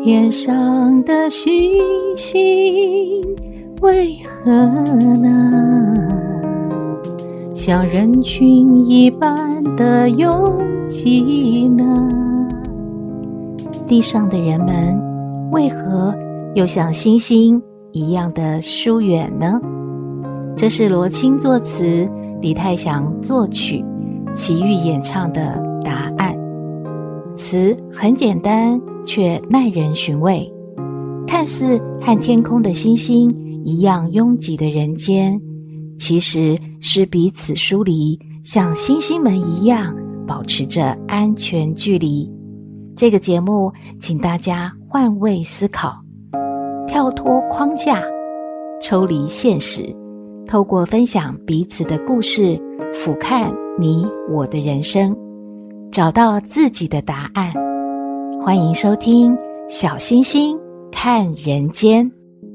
天上的星星为何呢？像人群一般的拥挤呢？地上的人们为何又像星星一样的疏远呢？这是罗青作词，李泰祥作曲，齐豫演唱的答案。词很简单，却耐人寻味。看似和天空的星星一样拥挤的人间，其实是彼此疏离，像星星们一样保持着安全距离。这个节目请大家换位思考，跳脱框架，抽离现实，透过分享彼此的故事，俯瞰你我的人生，找到自己的答案。欢迎收听小星星看人间。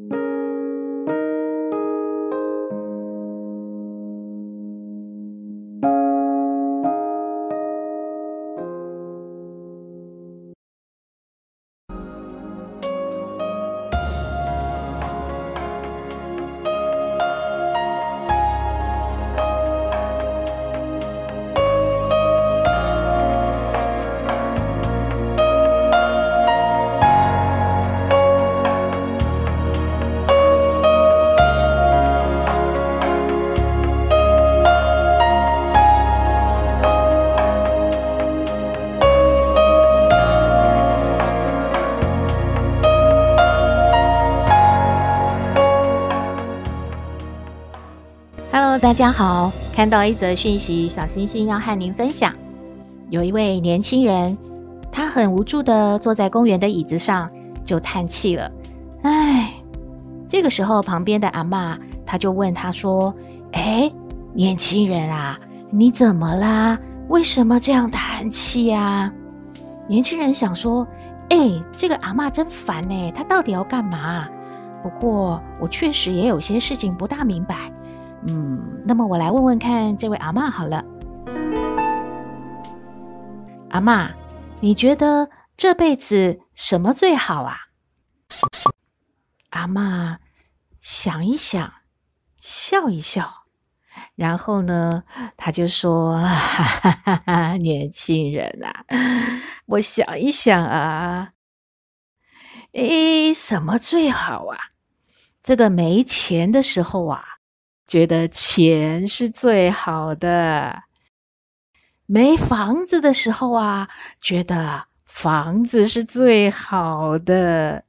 大家好，看到一则讯息，小星星要和您分享。有一位年轻人，他很无助地坐在公园的椅子上，就叹气了。唉，这个时候旁边的阿嬷，他就问他说：年轻人啊，你怎么啦？为什么这样叹气啊？年轻人想说，这个阿嬷真烦她到底要干嘛？不过我确实也有些事情不大明白。那么我来问问看这位阿嬷好了。阿嬷，你觉得这辈子什么最好啊？阿嬷想一想，笑一笑，然后呢，他就说：哈哈哈，年轻人啊，我想一想啊，什么最好啊？这个没钱的时候啊，觉得钱是最好的；没房子的时候啊，觉得房子是最好的。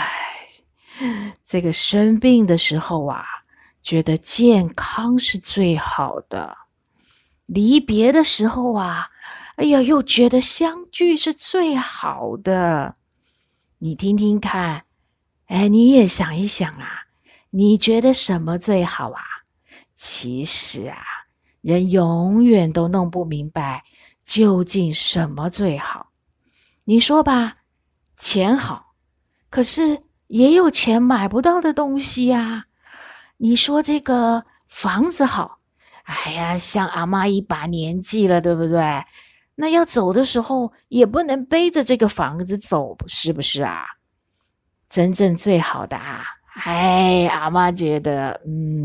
这个生病的时候啊，觉得健康是最好的；离别的时候啊，又觉得相聚是最好的。你听听看，你也想一想啊，你觉得什么最好啊？其实啊，人永远都弄不明白究竟什么最好。你说吧，钱好，可是也有钱买不到的东西啊。你说这个房子好，像阿嬷一把年纪了，对不对？那要走的时候也不能背着这个房子走，是不是啊？真正最好的啊，阿嬷觉得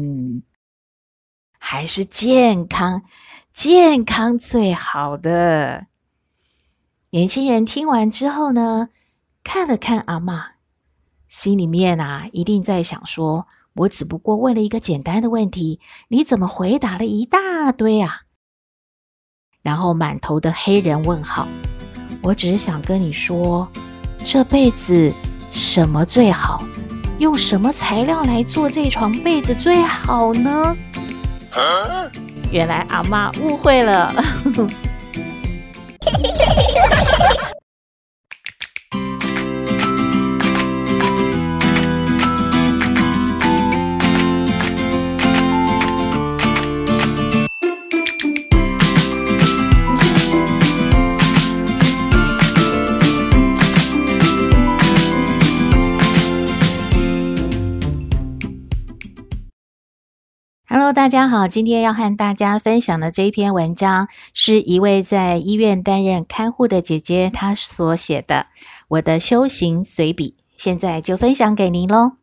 还是健康最好的。年轻人听完之后呢，看了看阿嬷，心里面啊，一定在想说，我只不过问了一个简单的问题，你怎么回答了一大堆啊？然后满头的黑人问号。我只是想跟你说，这辈子什么最好？用什么材料来做这床被子最好呢？原来阿嬷误会了。Hello， 大家好，今天要和大家分享的这一篇文章是一位在医院担任看护的姐姐她所写的。 我的修行随笔，现在就分享给您咯。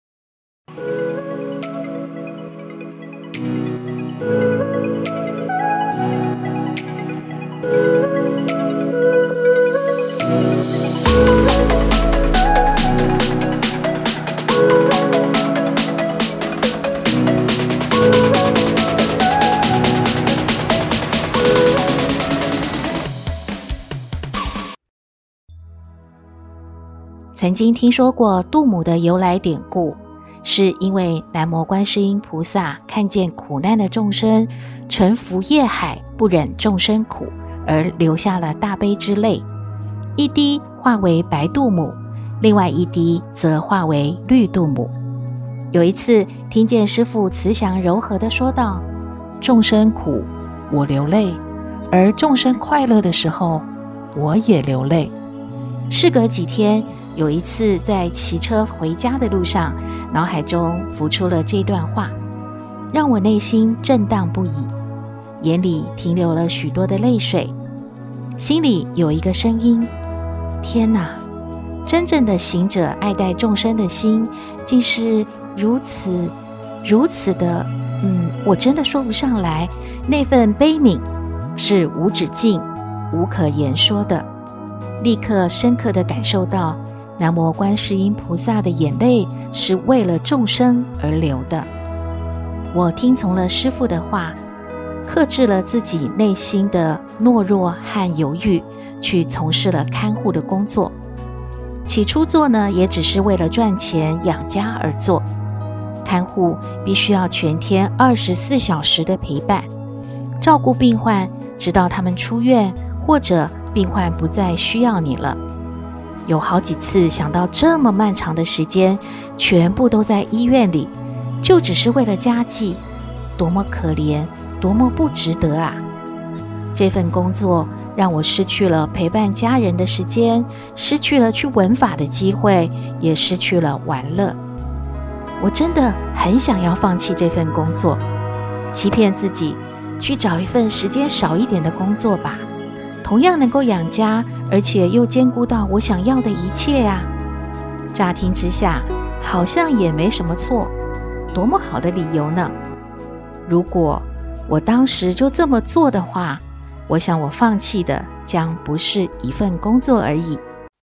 曾经听说过度母的由来典故，是因为南无观世音菩萨看见苦难的众生沉浮业海，不忍众生苦，而流下了大悲之泪，一滴化为白度母，另外一滴则化为绿度母。有一次听见师父慈祥柔和地说道，众生苦我流泪，而众生快乐的时候我也流泪。事隔几天，有一次在骑车回家的路上，脑海中浮出了这段话，让我内心震荡不已，眼里停留了许多的泪水，心里有一个声音，天哪，真正的行者爱戴众生的心竟是如此的我真的说不上来，那份悲悯是无止境无可言说的。立刻深刻地感受到南无观世音菩萨的眼泪是为了众生而流的。我听从了师父的话，克制了自己内心的懦弱和犹豫，去从事了看护的工作。起初做呢，也只是为了赚钱养家而做。看护必须要全天24小时的陪伴，照顾病患，直到他们出院，或者病患不再需要你了。有好几次想到这么漫长的时间全部都在医院里，就只是为了家计，多么可怜，多么不值得啊！这份工作让我失去了陪伴家人的时间，失去了去闻法的机会，也失去了玩乐。我真的很想要放弃这份工作，欺骗自己去找一份时间少一点的工作吧，同样能够养家，而且又兼顾到我想要的一切啊。乍听之下好像也没什么错，多么好的理由呢？如果我当时就这么做的话，我想我放弃的将不是一份工作而已。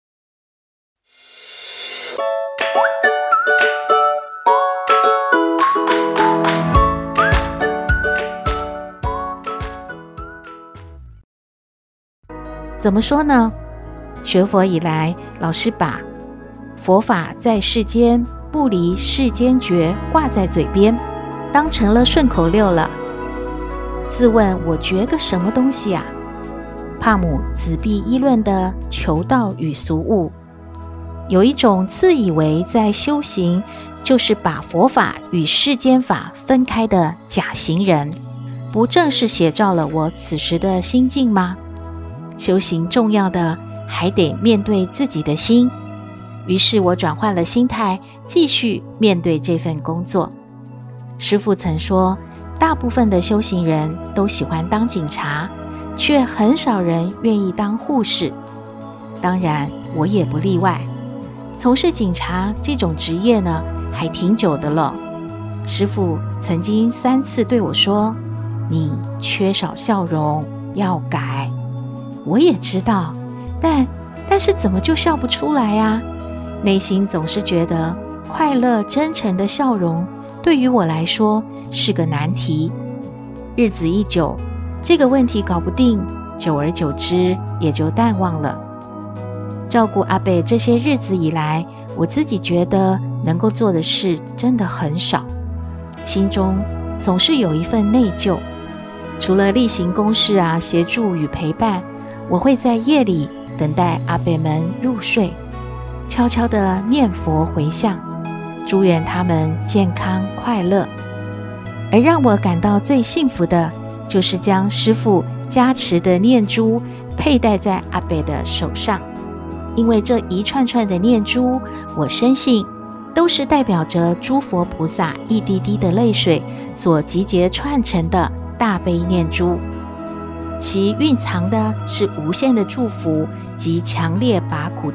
怎么说呢？学佛以来，老师把佛法在世间，不离世间觉挂在嘴边，当成了顺口溜了。自问我觉个什么东西啊？帕姆子必议论的求道与俗物，有一种自以为在修行，就是把佛法与世间法分开的假行人，不正是写照了我此时的心境吗？修行重要的还得面对自己的心，于是我转换了心态，继续面对这份工作。师父曾说，大部分的修行人都喜欢当警察，却很少人愿意当护士。当然，我也不例外。从事警察这种职业呢，还挺久的了。师父曾经3次对我说，你缺少笑容，要改。我也知道，但是怎么就笑不出来啊？内心总是觉得快乐真诚的笑容对于我来说是个难题。日子一久，这个问题搞不定，久而久之也就淡忘了。照顾阿伯这些日子以来，我自己觉得能够做的事真的很少，心中总是有一份内疚。除了例行公事啊，协助与陪伴，我会在夜里等待阿伯们入睡，悄悄地念佛回向，祝愿他们健康快乐。而让我感到最幸福的，就是将师父加持的念珠佩戴在阿伯的手上，因为这一串串的念珠，我深信都是代表着诸佛菩萨一滴滴的泪水所集结串成的大悲念珠，其蕴藏的是无限的祝福及强烈拔苦的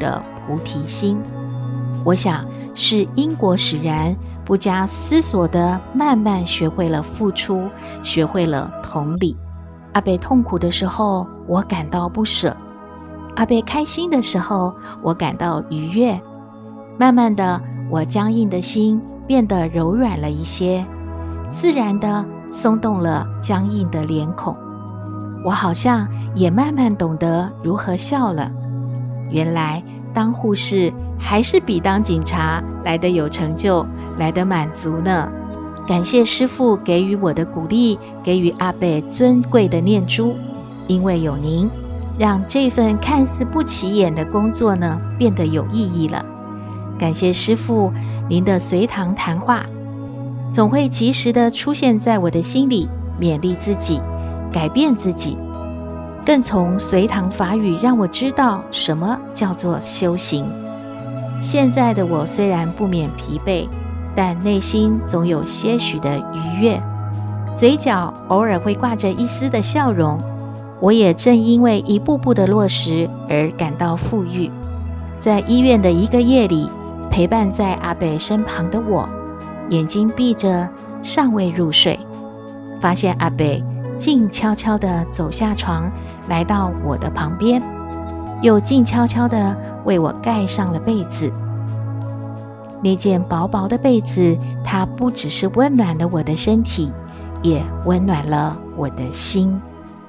菩提心。我想是因果使然，不加思索的慢慢学会了付出，学会了同理。阿伯痛苦的时候，我感到不舍；阿伯开心的时候，我感到愉悦。慢慢的，我僵硬的心变得柔软了一些，自然的松动了僵硬的脸孔。我好像也慢慢懂得如何笑了。原来当护士还是比当警察来得有成就，来得满足呢。感谢师父给予我的鼓励，给予阿伯尊贵的念珠，因为有您，让这份看似不起眼的工作呢变得有意义了。感谢师父您的随堂谈话，总会及时的出现在我的心里，勉励自己，改变自己，更从随堂法语让我知道什么叫做修行。现在的我虽然不免疲惫，但内心总有些许的愉悦，嘴角偶尔会挂着一丝的笑容。我也正因为一步步的落实而感到富裕。在医院的一个夜里，陪伴在阿伯身旁的我，眼睛闭着，尚未入睡，发现阿伯静悄悄地走下床，来到我的旁边，又静悄悄地为我盖上了被子。那件薄薄的被子，它不只是温暖了我的身体，也温暖了我的心。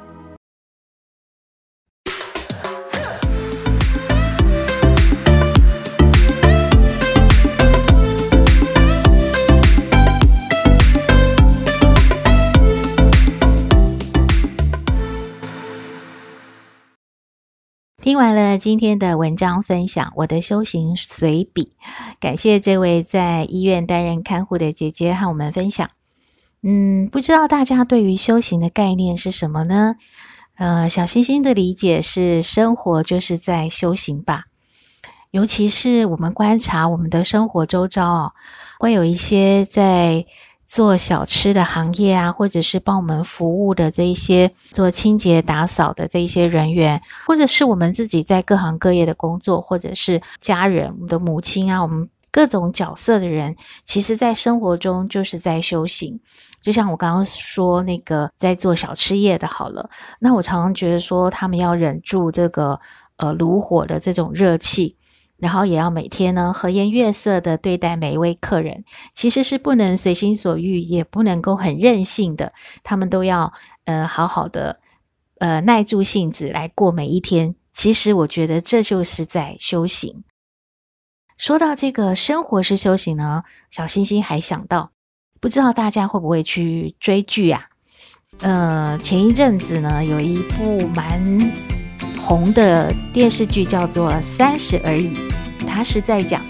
听完了今天的文章分享，我的修行随笔，感谢这位在医院担任看护的姐姐和我们分享。不知道大家对于修行的概念是什么呢？小星星的理解是，生活就是在修行吧。尤其是我们观察我们的生活周遭会有一些在做小吃的行业啊，或者是帮我们服务的这一些做清洁打扫的这一些人员，或者是我们自己在各行各业的工作，或者是家人，我们的母亲啊，我们各种角色的人，其实在生活中就是在修行。就像我刚刚说那个在做小吃业的好了，那我常常觉得说他们要忍住这个炉火的这种热气，然后也要每天呢和颜悦色的对待每一位客人，其实是不能随心所欲，也不能够很任性的，他们都要好好的耐住性子来过每一天。其实我觉得这就是在修行。说到这个生活是修行呢，小星星还想到，不知道大家会不会去追剧啊？前一阵子呢有一部蛮红的电视剧叫做《30而已》，它是在讲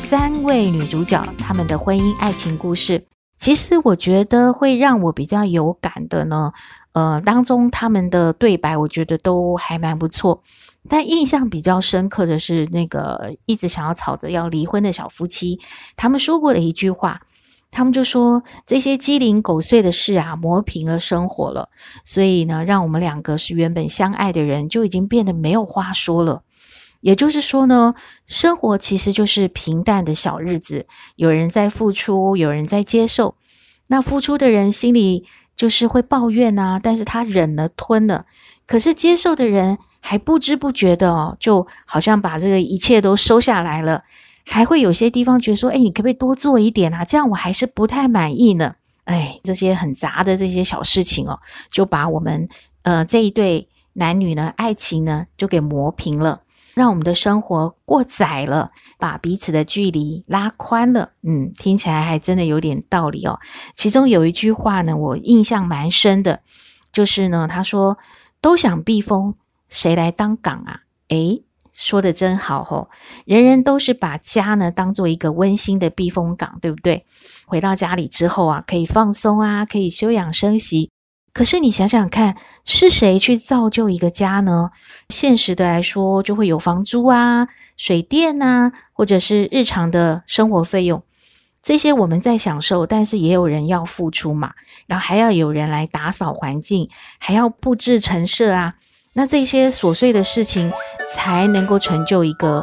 3位女主角她们的婚姻爱情故事。其实我觉得会让我比较有感的呢，当中他们的对白我觉得都还蛮不错，但印象比较深刻的是那个一直想要吵着要离婚的小夫妻，他们说过的一句话，他们就说这些鸡零狗碎的事啊磨平了生活了，所以呢让我们两个是原本相爱的人就已经变得没有话说了。也就是说呢，生活其实就是平淡的小日子，有人在付出，有人在接受。那付出的人心里就是会抱怨啊，但是他忍了吞了，可是接受的人还不知不觉的就好像把这个一切都收下来了，还会有些地方觉得说，你可不可以多做一点啊？这样我还是不太满意呢。这些很杂的这些小事情就把我们这一对男女呢爱情呢就给磨平了，让我们的生活过窄了，把彼此的距离拉宽了。听起来还真的有点道理其中有一句话呢我印象蛮深的，就是呢他说都想避风，谁来当港啊？说得真好人人都是把家呢当做一个温馨的避风港，对不对？回到家里之后可以放松可以休养生息。可是你想想看，是谁去造就一个家呢？现实的来说，就会有房租水电或者是日常的生活费用，这些我们在享受，但是也有人要付出嘛，然后还要有人来打扫环境，还要布置陈设那这些琐碎的事情才能够成就一个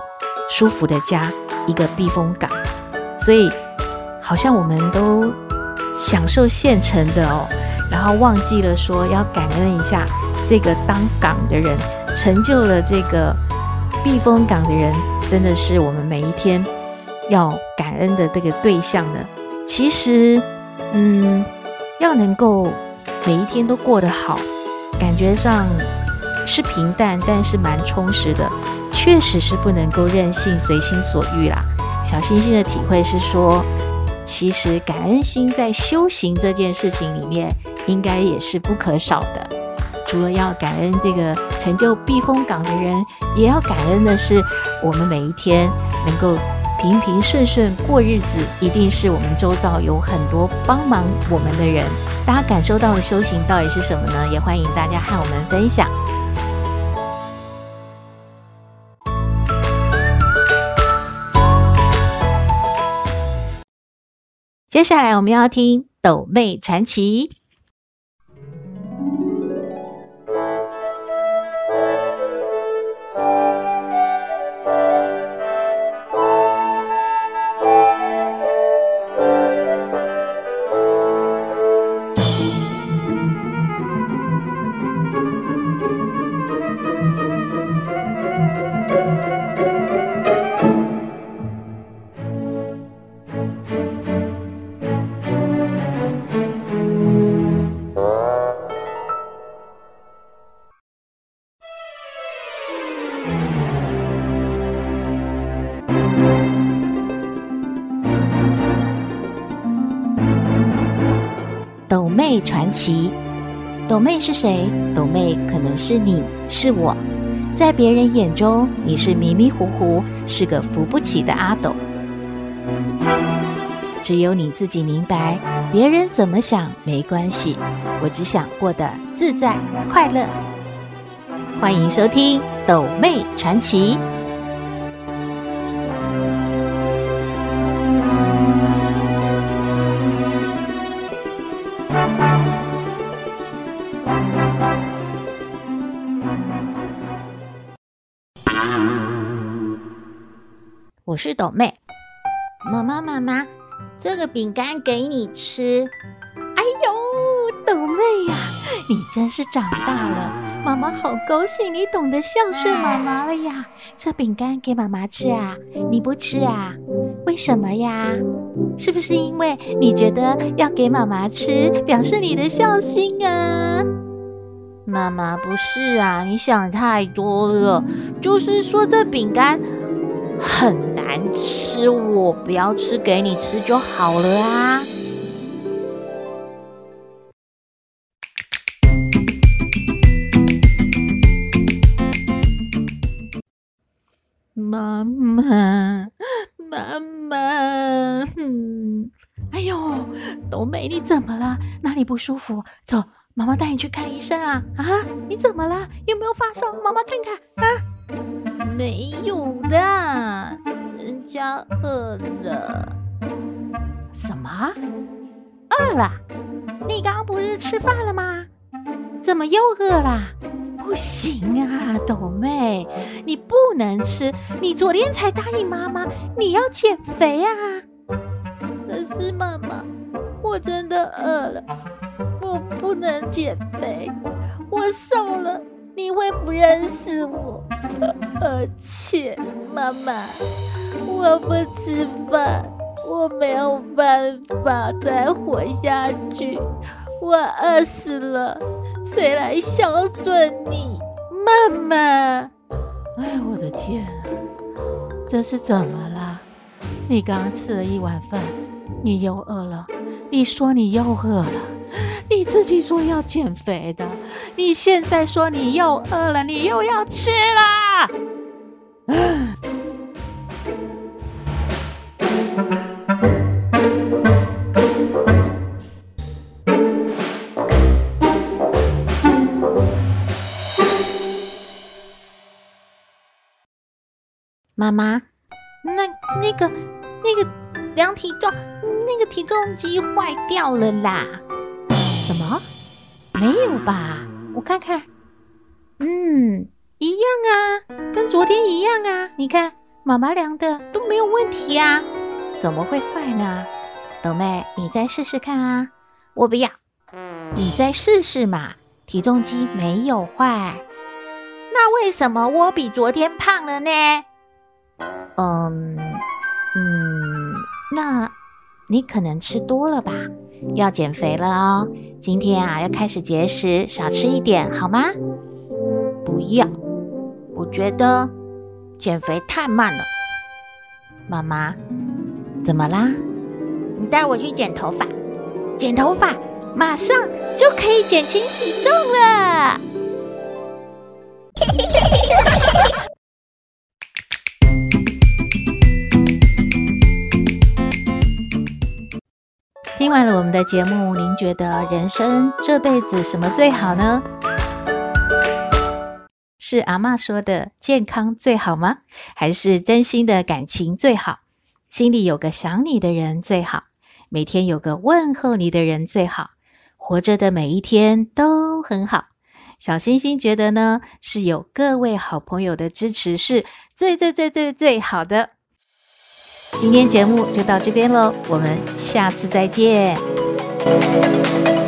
舒服的家，一个避风港。所以好像我们都享受现成的哦，然后忘记了说要感恩一下这个当港的人，成就了这个避风港的人，真的是我们每一天要感恩的这个对象呢。其实要能够每一天都过得好，感觉上是平淡，但是蛮充实的，确实是不能够任性随心所欲啦。小星星的体会是说，其实感恩心在修行这件事情里面应该也是不可少的。除了要感恩这个成就避风港的人，也要感恩的是我们每一天能够平平顺顺过日子，一定是我们周遭有很多帮忙我们的人。大家感受到的修行到底是什么呢？也欢迎大家和我们分享。接下来我们要听斗妹传奇。斗妹传奇。斗妹是谁？斗妹可能是你，是我。在别人眼中，你是迷迷糊糊，是个扶不起的阿斗。只有你自己明白，别人怎么想没关系，我只想过得自在快乐。欢迎收听斗妹传奇。我是斗妹。 妈妈，这个饼干给你吃。 哎呦，斗妹呀，你真是长大了，妈妈好高兴你懂得孝顺妈妈了呀。这饼干给妈妈吃啊，你不吃啊？为什么呀？是不是因为你觉得要给妈妈吃，表示你的孝心啊？ 妈妈，不是啊，你想太多了。就是说这饼干很难吃，我不要吃，给你吃就好了啊。 妈妈，哎呦，斗妹你怎么了？哪里不舒服？走，妈妈带你去看医生啊！啊，你怎么了？有没有发烧？妈妈看看啊。 没有的，人家饿了。 什么？饿了？你刚刚不是吃饭了吗？怎么又饿了？不行啊，斗妹，你不能吃，你昨天才答应妈妈你要减肥啊。 可是妈妈，我真的饿了，我不能减肥，我瘦了你会不认识我，而且妈妈，我不吃饭，我没有办法再活下去，我饿死了，谁来孝顺你？妈妈！ 哎，我的天啊，这是怎么了？你刚刚吃了一碗饭，你又饿了，你说你又饿了，你自己说要减肥的，你现在说你又饿了，你又要吃啦！ 妈妈，那个量体重，那个体重机坏掉了啦。 什么？没有吧？我看看，一样啊，跟昨天一样啊。你看， 妈妈量的都没有问题啊，怎么会坏呢？豆妹，你再试试看啊。我不要。你再试试嘛，体重机没有坏。那为什么我比昨天胖了呢？那你可能吃多了吧，要减肥了哦。今天啊，要开始节食，少吃一点好吗？不要，我觉得减肥太慢了。妈妈，怎么啦？你带我去剪头发，剪头发马上就可以减轻体重了。听完了我们的节目，您觉得人生这辈子什么最好呢？是阿嬷说的健康最好吗？还是真心的感情最好？心里有个想你的人最好，每天有个问候你的人最好，活着的每一天都很好。小星星觉得呢，是有各位好朋友的支持是最好的。今天节目就到这边咯，我们下次再见。